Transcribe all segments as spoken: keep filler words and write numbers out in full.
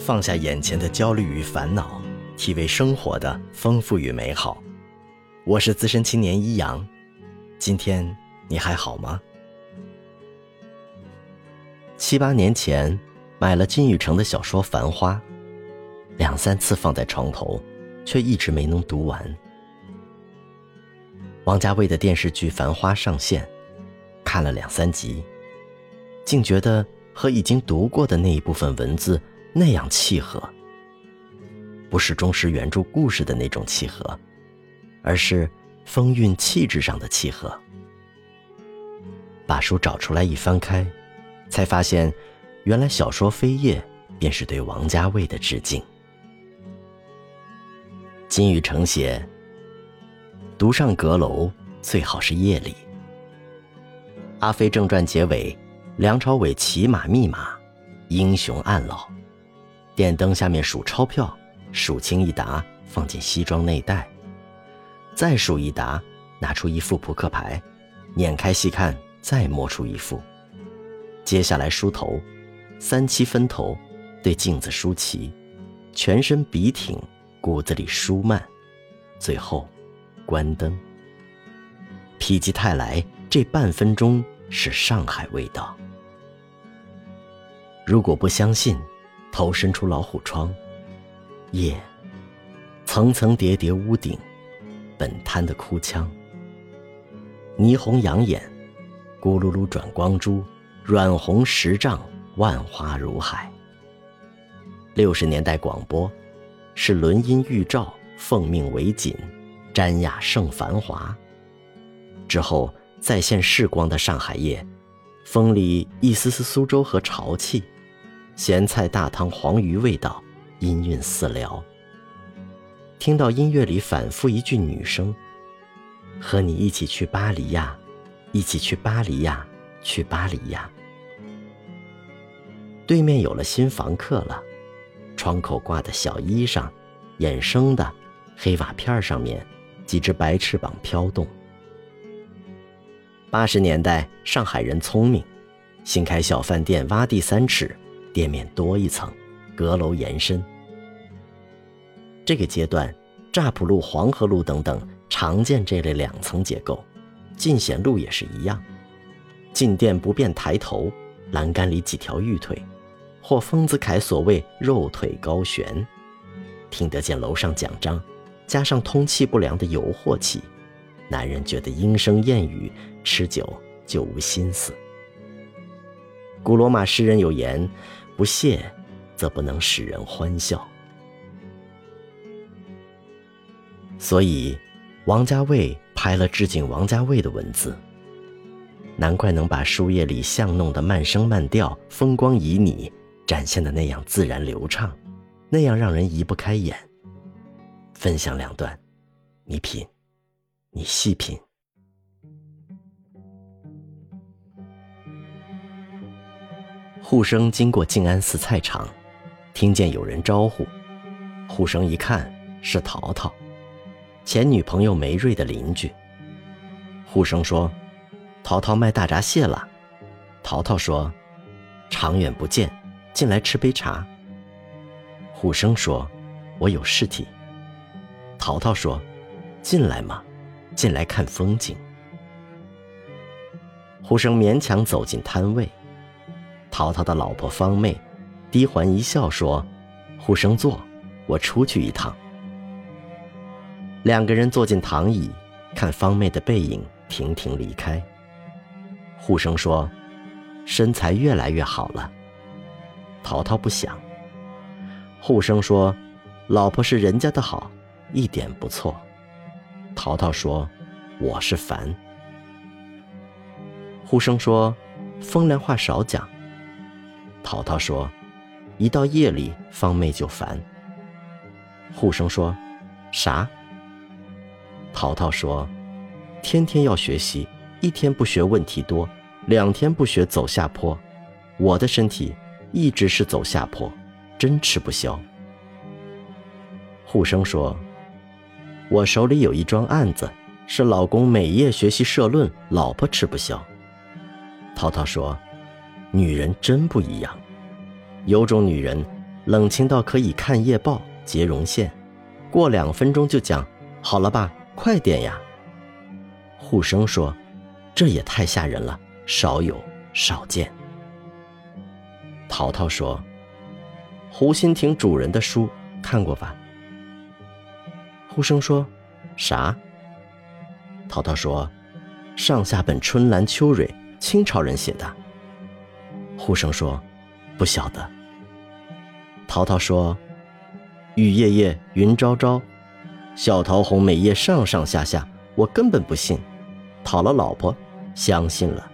放下眼前的焦虑与烦恼，体味生活的丰富与美好。我是资深青年一阳，今天你还好吗？七八年前买了金宇澄的小说《繁花》，两三次放在床头，却一直没能读完。王家卫的电视剧《繁花》上线，看了两三集，竟觉得和已经读过的那一部分文字那样契合，不是忠实原著故事的那种契合，而是风韵气质上的契合。把书找出来一翻开，才发现原来小说扉页便是对王家卫的致敬。金宇澄写，独上阁楼最好是夜里。阿飞正传结尾，梁朝伟骑马密码，英雄暗老，电灯下面数钞票，数清一沓放进西装内袋，再数一沓拿出一副扑克牌，捻开细看，再摸出一副，接下来梳头，三七分头，对镜子梳齐，全身笔挺，骨子里舒慢，最后关灯。否极泰来，这半分钟是上海味道。如果不相信，头伸出老虎窗，夜层层叠叠屋顶，本滩的哭腔，霓虹养眼，咕噜噜转光珠，软红十丈，万花如海。六十年代广播是轮音预兆，奉命为锦，瞻雅胜繁华。之后再现世光的上海夜，风里一丝丝苏州和潮气，咸菜大汤黄鱼味道，音韵似聊。听到音乐里反复一句女声，和你一起去巴黎呀，一起去巴黎呀，去巴黎呀。对面有了新房客了，窗口挂的小衣裳，衍生的黑瓦片上面几只白翅膀飘动。八十年代上海人聪明，新开小饭店挖地三尺，店面多一层，阁楼延伸。这个阶段，乍浦路、黄河路等等常见这类两层结构，进贤路也是一样。进店不便抬头，栏杆里几条玉腿，或丰子恺所谓肉腿高悬，听得见楼上讲章，加上通气不良的油惑气，男人觉得莺声燕语，吃酒就无心思。古罗马诗人有言，不屑则不能使人欢笑。所以王家卫拍了致敬王家卫的文字，难怪能把书页里巷弄的慢声慢调，风光旖旎展现的那样自然流畅，那样让人移不开眼。分享两段，你品，你细品。沪生经过静安寺菜场，听见有人招呼，沪生一看是淘淘，前女朋友梅瑞的邻居。沪生说，淘淘卖大闸蟹了。淘淘说，长远不见，进来吃杯茶。沪生说，我有事体。淘淘说，进来嘛，进来看风景。沪生勉强走进摊位，淘淘的老婆方妹低环一笑说，沪生坐，我出去一趟。两个人坐进躺椅，看方妹的背影亭亭离开。沪生说，身材越来越好了。淘淘不想。沪生说，老婆是人家的好，一点不错。淘淘说，我是烦。沪生说，风凉话少讲。淘淘说，一到夜里方妹就烦。沪生说，啥？淘淘说，天天要学习，一天不学问题多，两天不学走下坡。我的身体一直是走下坡，真吃不消。沪生说，我手里有一桩案子，是老公每夜学习社论，老婆吃不消。淘淘说，女人真不一样，有种女人冷清到可以看夜报、截绒线，过两分钟就讲，好了吧，快点呀。护生说，这也太吓人了，少有少见。淘淘说，胡心亭主人的书看过吧？护生说，啥？淘淘说，上下本春兰秋蕊，清朝人写的。护生说，不晓得。淘淘说，雨夜夜，云昭昭，小桃红每夜上上下下，我根本不信，讨了老婆，相信了。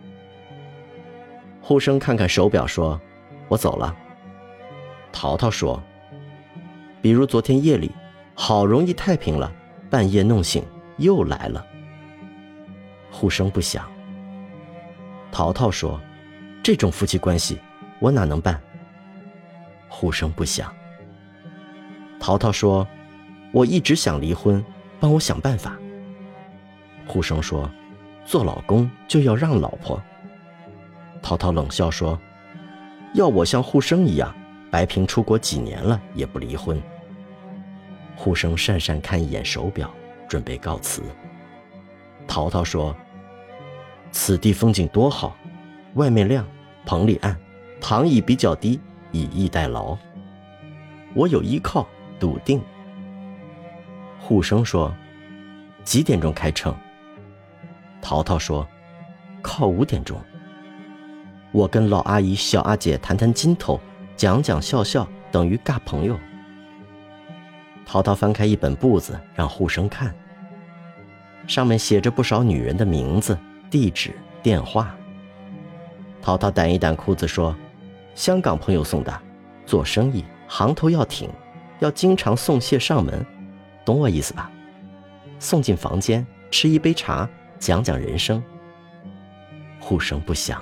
护生看看手表说，我走了。淘淘说，比如昨天夜里，好容易太平了，半夜弄醒，又来了。护生不想。淘淘说，这种夫妻关系，我哪能办？护生不想。淘淘说，我一直想离婚，帮我想办法。护生说，做老公就要让老婆。淘淘冷笑说，要我像护生一样，白平出国几年了也不离婚。护生讪讪看一眼手表，准备告辞。淘淘说，此地风景多好，外面亮，棚里暗，躺椅比较低，以逸待劳，我有依靠，笃定。护生说，几点钟开秤？淘淘说，靠五点钟。我跟老阿姨、小阿姐谈谈经头，讲讲笑笑，等于尬朋友。淘淘翻开一本簿子，让护生看，上面写着不少女人的名字、地址、电话。淘淘掸一掸裤子说，香港朋友送的，做生意行头要挺，要经常送蟹上门，懂我意思吧？送进房间，吃一杯茶，讲讲人生。护生不想。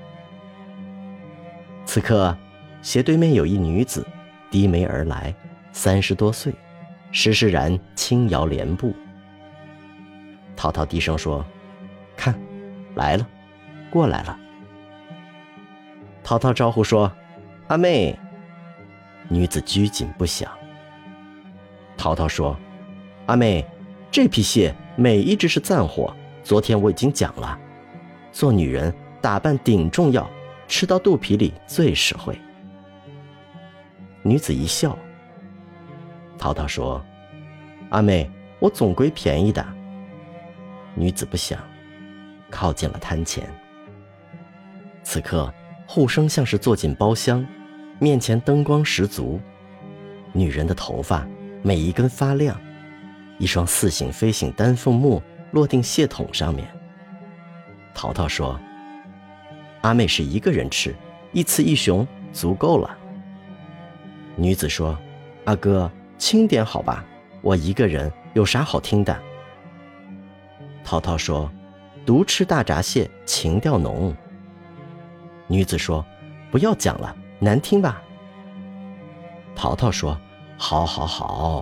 此刻斜对面有一女子低眉而来，三十多岁，施施然轻摇帘步。淘淘低声说，看，来了，过来了。淘淘招呼说，阿妹。女子拘谨不响。淘淘说，阿妹，这批蟹每一只是赞货，昨天我已经讲了，做女人打扮顶重要，吃到肚皮里最实惠。女子一笑。淘淘说，阿妹，我总归便宜的。女子不想，靠近了摊前。此刻护生像是坐进包厢，面前灯光十足，女人的头发每一根发亮，一双似醒非醒丹凤目落定蟹桶上面。淘淘说，阿妹是一个人吃，一雌一雄足够了。女子说，阿哥轻点好吧，我一个人有啥好听的？淘淘说，独吃大闸蟹情调浓。女子说，不要讲了，难听吧？淘淘说，好好好。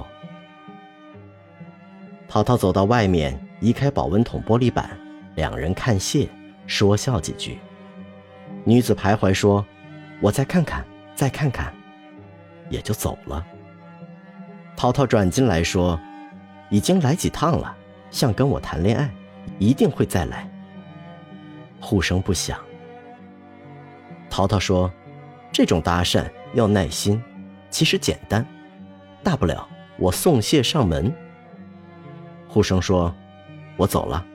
淘淘走到外面，移开保温桶玻璃板，两人看蟹，说笑几句。女子徘徊说，我再看看，再看看，也就走了。淘淘转进来说，已经来几趟了，像跟我谈恋爱，一定会再来。护生不想。淘淘说，这种搭讪要耐心，其实简单，大不了我送蟹上门。护生说，我走了。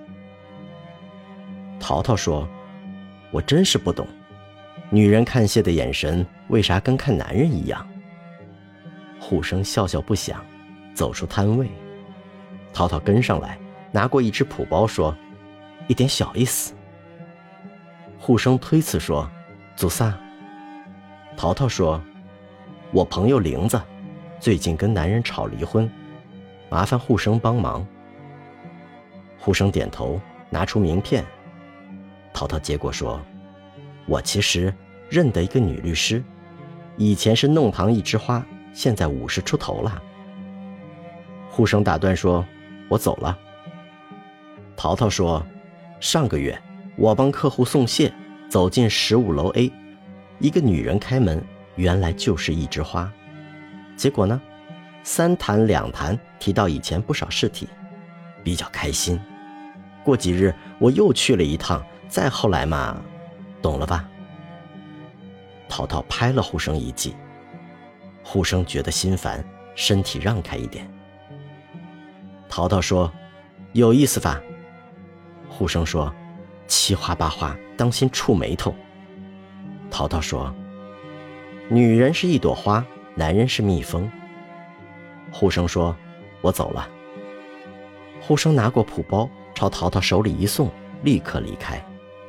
淘淘说，我真是不懂，女人看蟹的眼神为啥跟看男人一样？护生笑笑不响，走出摊位。淘淘跟上来，拿过一只蒲包说，一点小意思。护生推辞说，祖萨。淘淘说，我朋友玲子最近跟男人吵离婚，麻烦护生帮忙。护生点头，拿出名片。淘淘接过说，我其实认得一个女律师，以前是弄堂一枝花，现在五十出头了。护生打断说，我走了。淘淘说，上个月我帮客户送蟹，走进十五楼 A， 一个女人开门， 原来就是一枝花。结果呢，三谈两谈提到以前不少事体，比较开心。过几日我又去了一趟，再后来嘛，懂了吧？淘淘拍了呼声一记，呼声觉得心烦，身体让开一点。淘淘说：“有意思吧？”呼声说：“七花八花，当心触眉头。”淘淘说：“女人是一朵花，男人是蜜蜂。”呼声说：“我走了。”呼声拿过蒲包，朝淘淘手里一送，立刻离开。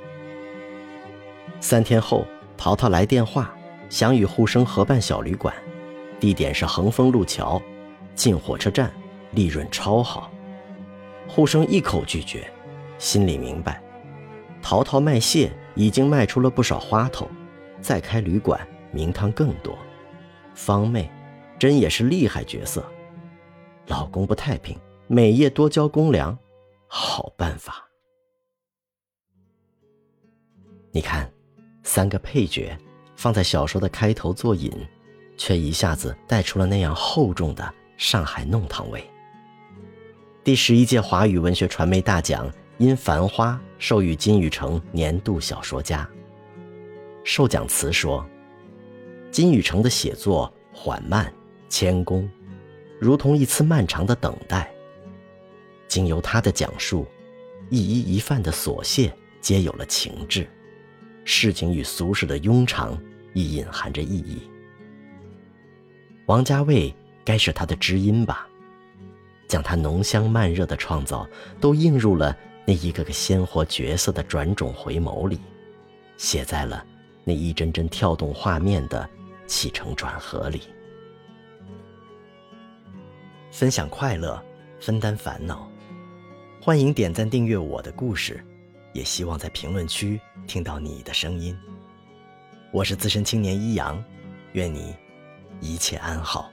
三天后，淘淘来电话，想与呼声合办小旅馆，地点是恒丰路桥，近火车站，利润超好。呼声一口拒绝，心里明白，淘淘卖蟹已经卖出了不少花头，再开旅馆名堂更多。方妹真也是厉害角色，老公不太平，每夜多交公粮，好办法。你看，三个配角放在小说的开头做引，却一下子带出了那样厚重的上海弄堂味。第十一届华语文学传媒大奖因《繁花》授予金宇澄年度小说家。授奖词说，金宇澄的写作缓慢谦恭，如同一次漫长的等待。经由他的讲述，一衣一饭的琐屑皆有了情致，事情与俗世的庸常亦隐含着意义。王家卫该是他的知音吧，将他浓香慢热的创造都映入了那一个个鲜活角色的转种回眸里，写在了那一帧帧跳动画面的起承转合里。分享快乐，分担烦恼，欢迎点赞订阅我的故事，也希望在评论区听到你的声音。我是资深青年一阳，愿你一切安好。